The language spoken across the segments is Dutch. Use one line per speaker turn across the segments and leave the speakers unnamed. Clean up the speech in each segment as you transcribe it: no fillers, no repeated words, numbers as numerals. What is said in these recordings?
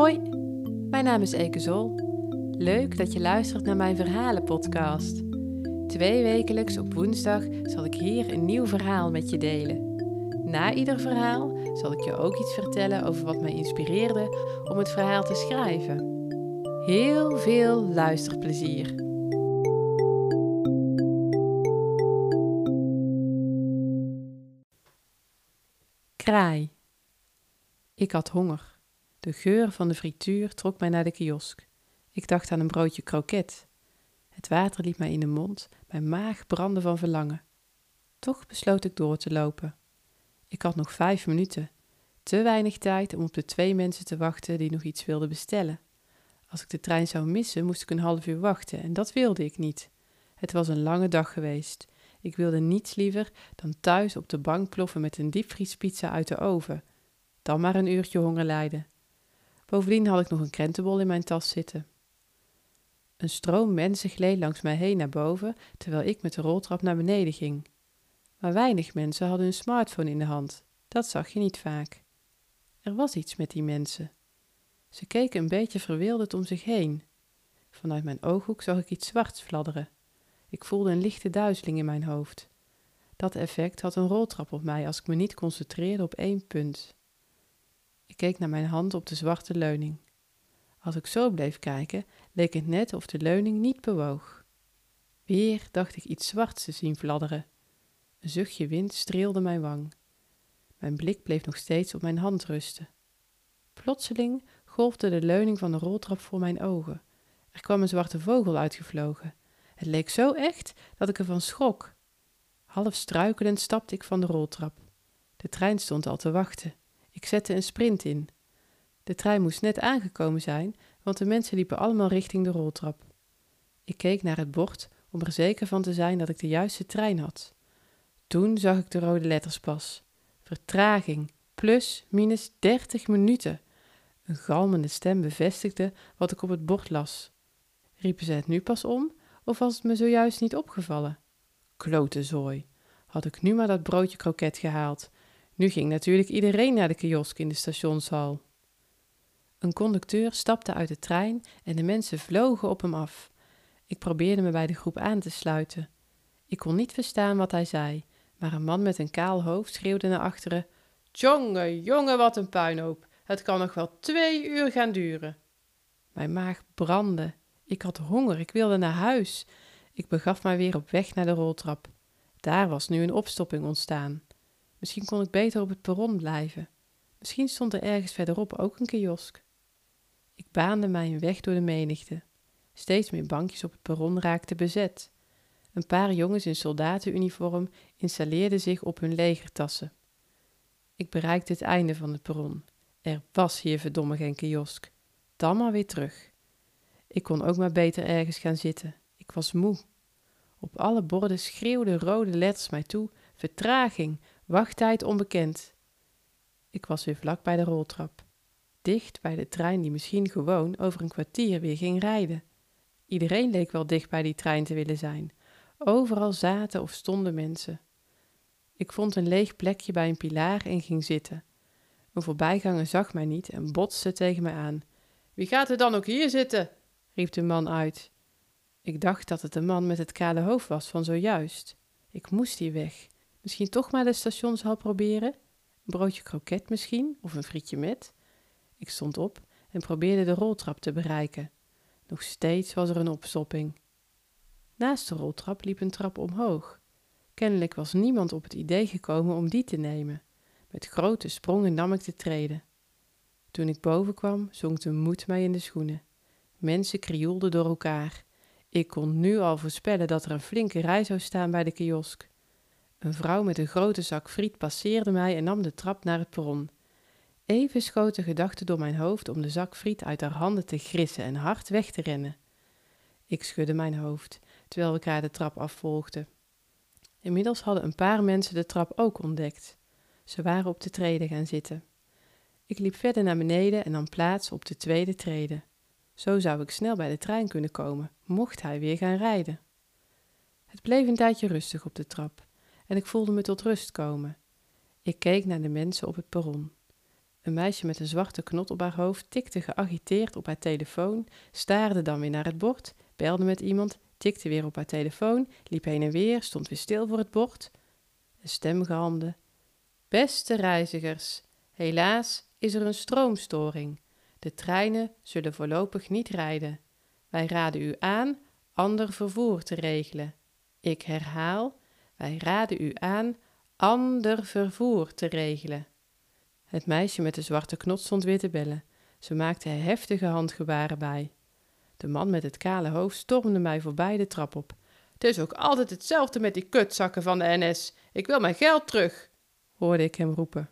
Hoi, mijn naam is Eke Zol. Leuk dat je luistert naar mijn verhalenpodcast. 2 wekelijks op woensdag zal ik hier een nieuw verhaal met je delen. Na ieder verhaal zal ik je ook iets vertellen over wat mij inspireerde om het verhaal te schrijven. Heel veel luisterplezier! Kraai. Ik had honger. De geur van de frituur trok mij naar de kiosk. Ik dacht aan een broodje kroket. Het water liep mij in de mond, mijn maag brandde van verlangen. Toch besloot ik door te lopen. Ik had nog 5 minuten. Te weinig tijd om op de 2 mensen te wachten die nog iets wilden bestellen. Als ik de trein zou missen, moest ik een half uur wachten en dat wilde ik niet. Het was een lange dag geweest. Ik wilde niets liever dan thuis op de bank ploffen met een diepvriespizza uit de oven. Dan maar een uurtje honger lijden. Bovendien had ik nog een krentenbol in mijn tas zitten. Een stroom mensen gleed langs mij heen naar boven, terwijl ik met de roltrap naar beneden ging. Maar weinig mensen hadden hun smartphone in de hand. Dat zag je niet vaak. Er was iets met die mensen. Ze keken een beetje verwilderd om zich heen. Vanuit mijn ooghoek zag ik iets zwarts fladderen. Ik voelde een lichte duizeling in mijn hoofd. Dat effect had een roltrap op mij als ik me niet concentreerde op 1 punt. Ik keek naar mijn hand op de zwarte leuning. Als ik zo bleef kijken, leek het net of de leuning niet bewoog. Weer dacht ik iets zwarts te zien fladderen. Een zuchtje wind streelde mijn wang. Mijn blik bleef nog steeds op mijn hand rusten. Plotseling golfde de leuning van de roltrap voor mijn ogen. Er kwam een zwarte vogel uitgevlogen. Het leek zo echt dat ik ervan schrok. Half struikelend stapte ik van de roltrap. De trein stond al te wachten. Ik zette een sprint in. De trein moest net aangekomen zijn, want de mensen liepen allemaal richting de roltrap. Ik keek naar het bord om er zeker van te zijn dat ik de juiste trein had. Toen zag ik de rode letters pas. Vertraging, plus, minus 30 minuten. Een galmende stem bevestigde wat ik op het bord las. Riepen ze het nu pas om, of was het me zojuist niet opgevallen? Klote zooi. Had ik nu maar dat broodje kroket gehaald. Nu ging natuurlijk iedereen naar de kiosk in de stationshal. Een conducteur stapte uit de trein en de mensen vlogen op hem af. Ik probeerde me bij de groep aan te sluiten. Ik kon niet verstaan wat hij zei, maar een man met een kaal hoofd schreeuwde naar achteren: "Tjonge, jonge, wat een puinhoop! Het kan nog wel 2 uur gaan duren." Mijn maag brandde. Ik had honger, ik wilde naar huis. Ik begaf mij weer op weg naar de roltrap. Daar was nu een opstopping ontstaan. Misschien kon ik beter op het perron blijven. Misschien stond er ergens verderop ook een kiosk. Ik baande mij een weg door de menigte. Steeds meer bankjes op het perron raakten bezet. Een paar jongens in soldatenuniform installeerden zich op hun legertassen. Ik bereikte het einde van het perron. Er was hier verdomme geen kiosk. Dan maar weer terug. Ik kon ook maar beter ergens gaan zitten. Ik was moe. Op alle borden schreeuwden rode letters mij toe: vertraging, wachttijd onbekend. Ik was weer vlak bij de roltrap. Dicht bij de trein die misschien gewoon over een kwartier weer ging rijden. Iedereen leek wel dicht bij die trein te willen zijn. Overal zaten of stonden mensen. Ik vond een leeg plekje bij een pilaar en ging zitten. Een voorbijganger zag mij niet en botste tegen mij aan. "Wie gaat er dan ook hier zitten?" riep de man uit. Ik dacht dat het de man met het kale hoofd was van zojuist. Ik moest hier weg. Misschien toch maar de stationshal proberen? Een broodje kroket misschien, of een frietje met? Ik stond op en probeerde de roltrap te bereiken. Nog steeds was er een opstopping. Naast de roltrap liep een trap omhoog. Kennelijk was niemand op het idee gekomen om die te nemen. Met grote sprongen nam ik de treden. Toen ik boven kwam, zonk de moed mij in de schoenen. Mensen krioelden door elkaar. Ik kon nu al voorspellen dat er een flinke rij zou staan bij de kiosk. Een vrouw met een grote zak friet passeerde mij en nam de trap naar het perron. Even schoot de gedachte door mijn hoofd om de zak friet uit haar handen te grissen en hard weg te rennen. Ik schudde mijn hoofd, terwijl ik haar de trap afvolgde. Inmiddels hadden een paar mensen de trap ook ontdekt. Ze waren op de trede gaan zitten. Ik liep verder naar beneden en nam plaats op de 2e trede. Zo zou ik snel bij de trein kunnen komen, mocht hij weer gaan rijden. Het bleef een tijdje rustig op de trap en ik voelde me tot rust komen. Ik keek naar de mensen op het perron. Een meisje met een zwarte knot op haar hoofd tikte geagiteerd op haar telefoon, staarde dan weer naar het bord, belde met iemand, tikte weer op haar telefoon, liep heen en weer, stond weer stil voor het bord. Een stem galmde. Beste reizigers, helaas is er een stroomstoring. De treinen zullen voorlopig niet rijden. Wij raden u aan ander vervoer te regelen. Ik herhaal, wij raden u aan ander vervoer te regelen. Het meisje met de zwarte knot stond weer te bellen. Ze maakte er heftige handgebaren bij. De man met het kale hoofd stormde mij voorbij de trap op. Het is ook altijd hetzelfde met die kutzakken van de NS. Ik wil mijn geld terug, hoorde ik hem roepen.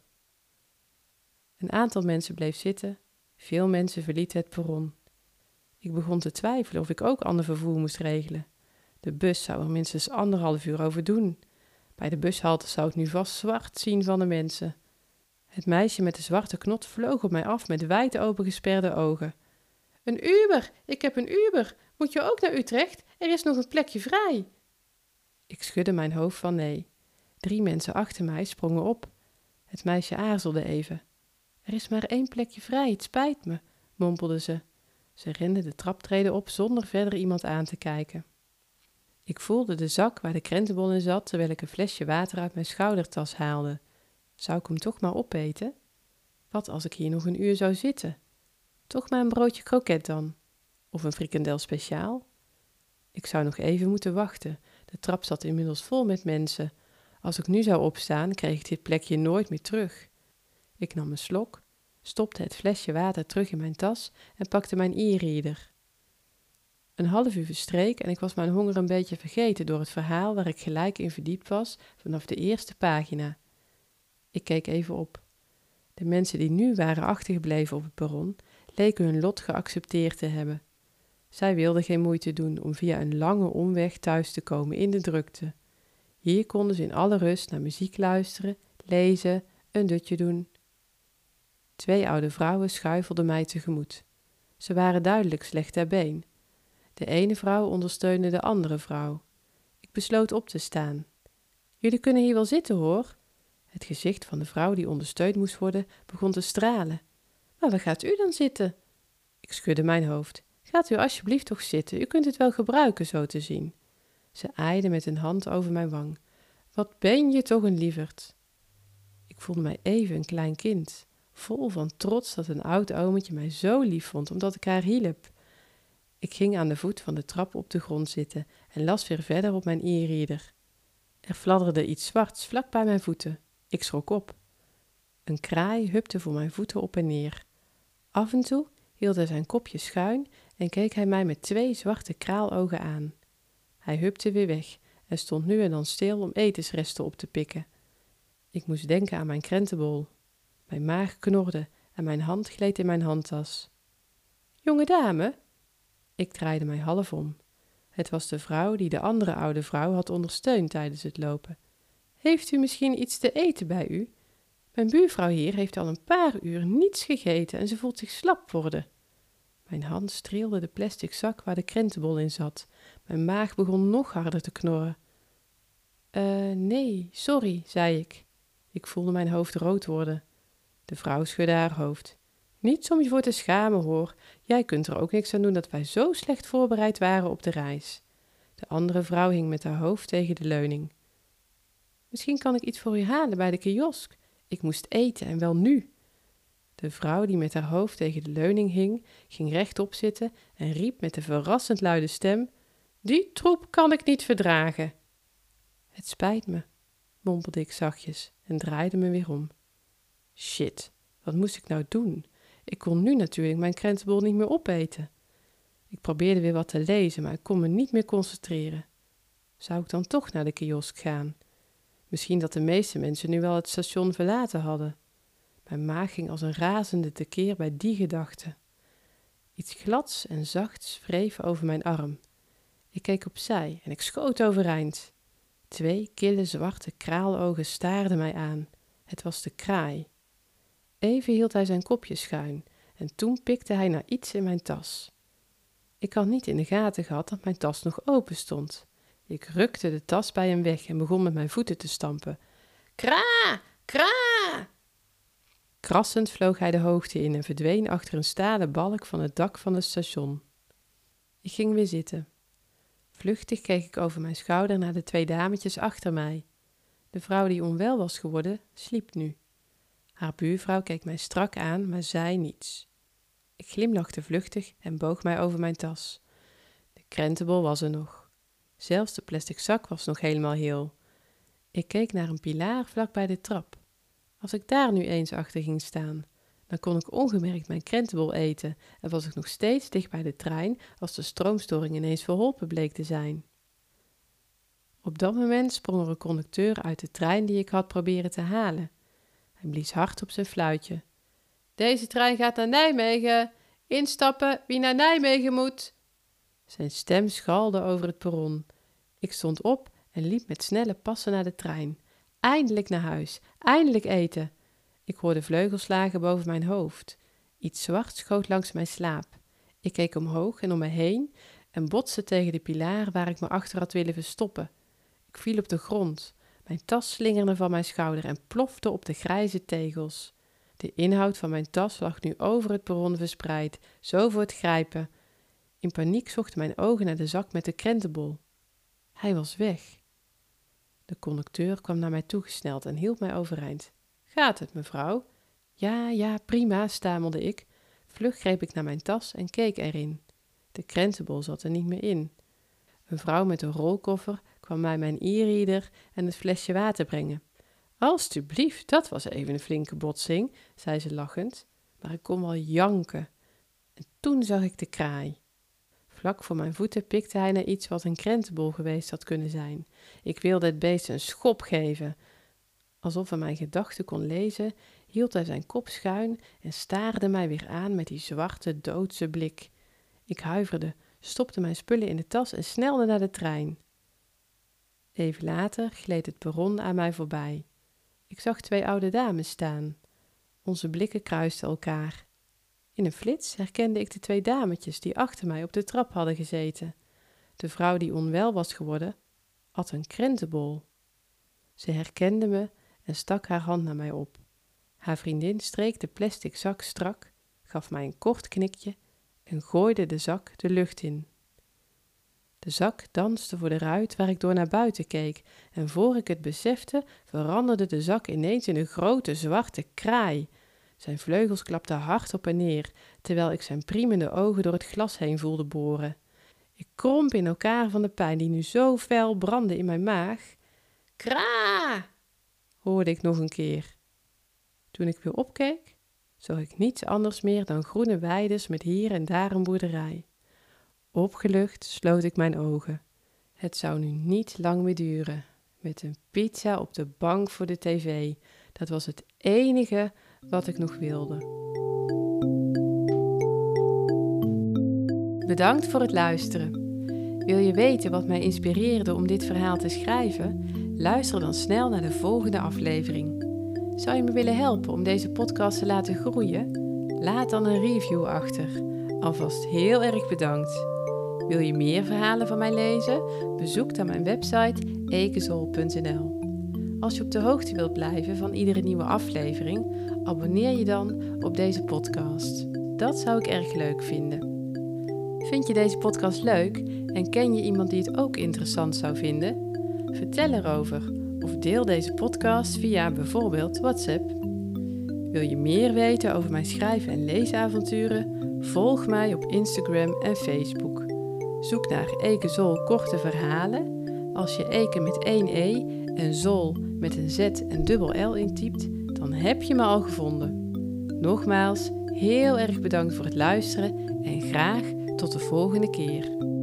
Een aantal mensen bleef zitten. Veel mensen verlieten het perron. Ik begon te twijfelen of ik ook ander vervoer moest regelen. De bus zou er minstens 1,5 uur over doen. Bij de bushalte zou ik nu vast zwart zien van de mensen. Het meisje met de zwarte knot vloog op mij af met wijd opengesperde ogen. Een Uber, ik heb een Uber. Moet je ook naar Utrecht? Er is nog een plekje vrij. Ik schudde mijn hoofd van nee. 3 mensen achter mij sprongen op. Het meisje aarzelde even. Er is maar 1 plekje vrij, het spijt me, mompelde ze. Ze rende de traptreden op zonder verder iemand aan te kijken. Ik voelde de zak waar de krentenbol in zat, terwijl ik een flesje water uit mijn schoudertas haalde. Zou ik hem toch maar opeten? Wat als ik hier nog 1 uur zou zitten? Toch maar een broodje kroket dan? Of een frikandel speciaal? Ik zou nog even moeten wachten. De trap zat inmiddels vol met mensen. Als ik nu zou opstaan, kreeg ik dit plekje nooit meer terug. Ik nam een slok, stopte het flesje water terug in mijn tas en pakte mijn e-reader. 1,5 uur verstreek en ik was mijn honger een beetje vergeten door het verhaal waar ik gelijk in verdiept was vanaf de eerste pagina. Ik keek even op. De mensen die nu waren achtergebleven op het perron leken hun lot geaccepteerd te hebben. Zij wilden geen moeite doen om via een lange omweg thuis te komen in de drukte. Hier konden ze in alle rust naar muziek luisteren, lezen, een dutje doen. 2 oude vrouwen schuifelden mij tegemoet. Ze waren duidelijk slecht ter been. De ene vrouw ondersteunde de andere vrouw. Ik besloot op te staan. Jullie kunnen hier wel zitten, hoor. Het gezicht van de vrouw die ondersteund moest worden begon te stralen. Maar waar gaat u dan zitten? Ik schudde mijn hoofd. Gaat u alsjeblieft toch zitten, u kunt het wel gebruiken zo te zien. Ze aaide met een hand over mijn wang. Wat ben je toch een lieverd. Ik voelde mij even een klein kind, vol van trots dat een oud ometje mij zo lief vond omdat ik haar hielp. Ik ging aan de voet van de trap op de grond zitten en las weer verder op mijn e-reader. Er fladderde iets zwarts vlak bij mijn voeten. Ik schrok op. Een kraai hupte voor mijn voeten op en neer. Af en toe hield hij zijn kopje schuin en keek hij mij met 2 zwarte kraalogen aan. Hij hupte weer weg en stond nu en dan stil om etensresten op te pikken. Ik moest denken aan mijn krentenbol. Mijn maag knorde en mijn hand gleed in mijn handtas. Jonge dame? Ik draaide mij half om. Het was de vrouw die de andere oude vrouw had ondersteund tijdens het lopen. Heeft u misschien iets te eten bij u? Mijn buurvrouw hier heeft al een paar uur niets gegeten en ze voelt zich slap worden. Mijn hand streelde de plastic zak waar de krentenbol in zat. Mijn maag begon nog harder te knorren. Nee, sorry, zei ik. Ik voelde mijn hoofd rood worden. De vrouw schudde haar hoofd. Niets om je voor te schamen, hoor. Jij kunt er ook niks aan doen dat wij zo slecht voorbereid waren op de reis. De andere vrouw hing met haar hoofd tegen de leuning. Misschien kan ik iets voor u halen bij de kiosk. Ik moest eten en wel nu. De vrouw die met haar hoofd tegen de leuning hing, ging rechtop zitten en riep met een verrassend luide stem: Die troep kan ik niet verdragen. Het spijt me, mompelde ik zachtjes en draaide me weer om. Shit, wat moest ik nou doen? Ik kon nu natuurlijk mijn krentenbol niet meer opeten. Ik probeerde weer wat te lezen, maar ik kon me niet meer concentreren. Zou ik dan toch naar de kiosk gaan? Misschien dat de meeste mensen nu wel het station verlaten hadden. Mijn maag ging als een razende tekeer bij die gedachte. Iets glads en zachts wreef over mijn arm. Ik keek opzij en ik schoot overeind. 2 kille zwarte kraalogen staarden mij aan. Het was de kraai. Even hield hij zijn kopje schuin en toen pikte hij naar iets in mijn tas. Ik had niet in de gaten gehad dat mijn tas nog open stond. Ik rukte de tas bij hem weg en begon met mijn voeten te stampen. Kraa! Kraa! Krassend vloog hij de hoogte in en verdween achter een stalen balk van het dak van het station. Ik ging weer zitten. Vluchtig keek ik over mijn schouder naar de 2 dametjes achter mij. De vrouw die onwel was geworden, sliep nu. Haar buurvrouw keek mij strak aan, maar zei niets. Ik glimlachte vluchtig en boog mij over mijn tas. De krentenbol was er nog. Zelfs de plastic zak was nog helemaal heel. Ik keek naar een pilaar vlak bij de trap. Als ik daar nu eens achter ging staan, dan kon ik ongemerkt mijn krentenbol eten en was ik nog steeds dicht bij de trein als de stroomstoring ineens verholpen bleek te zijn. Op dat moment sprong er een conducteur uit de trein die ik had proberen te halen. Hij blies hard op zijn fluitje. Deze trein gaat naar Nijmegen. Instappen wie naar Nijmegen moet. Zijn stem schalde over het perron. Ik stond op en liep met snelle passen naar de trein. Eindelijk naar huis, eindelijk eten. Ik hoorde vleugelslagen boven mijn hoofd. Iets zwarts schoot langs mijn slaap. Ik keek omhoog en om me heen en botste tegen de pilaar waar ik me achter had willen verstoppen. Ik viel op de grond. Mijn tas slingerde van mijn schouder en plofte op de grijze tegels. De inhoud van mijn tas lag nu over het perron verspreid, zo voor het grijpen. In paniek zochten mijn ogen naar de zak met de krentenbol. Hij was weg. De conducteur kwam naar mij toegesneld en hield mij overeind. Gaat het, mevrouw? Ja, prima, stamelde ik. Vlug greep ik naar mijn tas en keek erin. De krentenbol zat er niet meer in. Een vrouw met een rolkoffer kwam mij mijn e-reader en het flesje water brengen. Alsjeblieft, dat was even een flinke botsing, zei ze lachend, maar ik kon wel janken. En toen zag ik de kraai. Vlak voor mijn voeten pikte hij naar iets wat een krentenbol geweest had kunnen zijn. Ik wilde het beest een schop geven. Alsof hij mijn gedachten kon lezen, hield hij zijn kop schuin en staarde mij weer aan met die zwarte, doodse blik. Ik huiverde, stopte mijn spullen in de tas en snelde naar de trein. Even later gleed het perron aan mij voorbij. Ik zag 2 oude dames staan. Onze blikken kruisten elkaar. In een flits herkende ik de 2 dametjes die achter mij op de trap hadden gezeten. De vrouw die onwel was geworden, at een krentenbol. Ze herkende me en stak haar hand naar mij op. Haar vriendin streek de plastic zak strak, gaf mij een kort knikje en gooide de zak de lucht in. De zak danste voor de ruit waar ik door naar buiten keek en voor ik het besefte veranderde de zak ineens in een grote zwarte kraai. Zijn vleugels klapten hard op en neer, terwijl ik zijn priemende ogen door het glas heen voelde boren. Ik kromp in elkaar van de pijn die nu zo fel brandde in mijn maag. Kraa! Hoorde ik nog een keer. Toen ik weer opkeek, zag ik niets anders meer dan groene weides met hier en daar een boerderij. Opgelucht sloot ik mijn ogen. Het zou nu niet lang meer duren. Met een pizza op de bank voor de tv. Dat was het enige wat ik nog wilde. Bedankt voor het luisteren. Wil je weten wat mij inspireerde om dit verhaal te schrijven? Luister dan snel naar de volgende aflevering. Zou je me willen helpen om deze podcast te laten groeien? Laat dan een review achter. Alvast heel erg bedankt. Wil je meer verhalen van mij lezen? Bezoek dan mijn website ekezol.nl. Als je op de hoogte wilt blijven van iedere nieuwe aflevering, abonneer je dan op deze podcast. Dat zou ik erg leuk vinden. Vind je deze podcast leuk en ken je iemand die het ook interessant zou vinden? Vertel erover of deel deze podcast via bijvoorbeeld WhatsApp. Wil je meer weten over mijn schrijven- en leesavonturen? Volg mij op Instagram en Facebook. Zoek naar Ekezol korte verhalen. Als je Eke met 1 E en Zol met een Z en dubbel L intypt, dan heb je me al gevonden. Nogmaals, heel erg bedankt voor het luisteren en graag tot de volgende keer.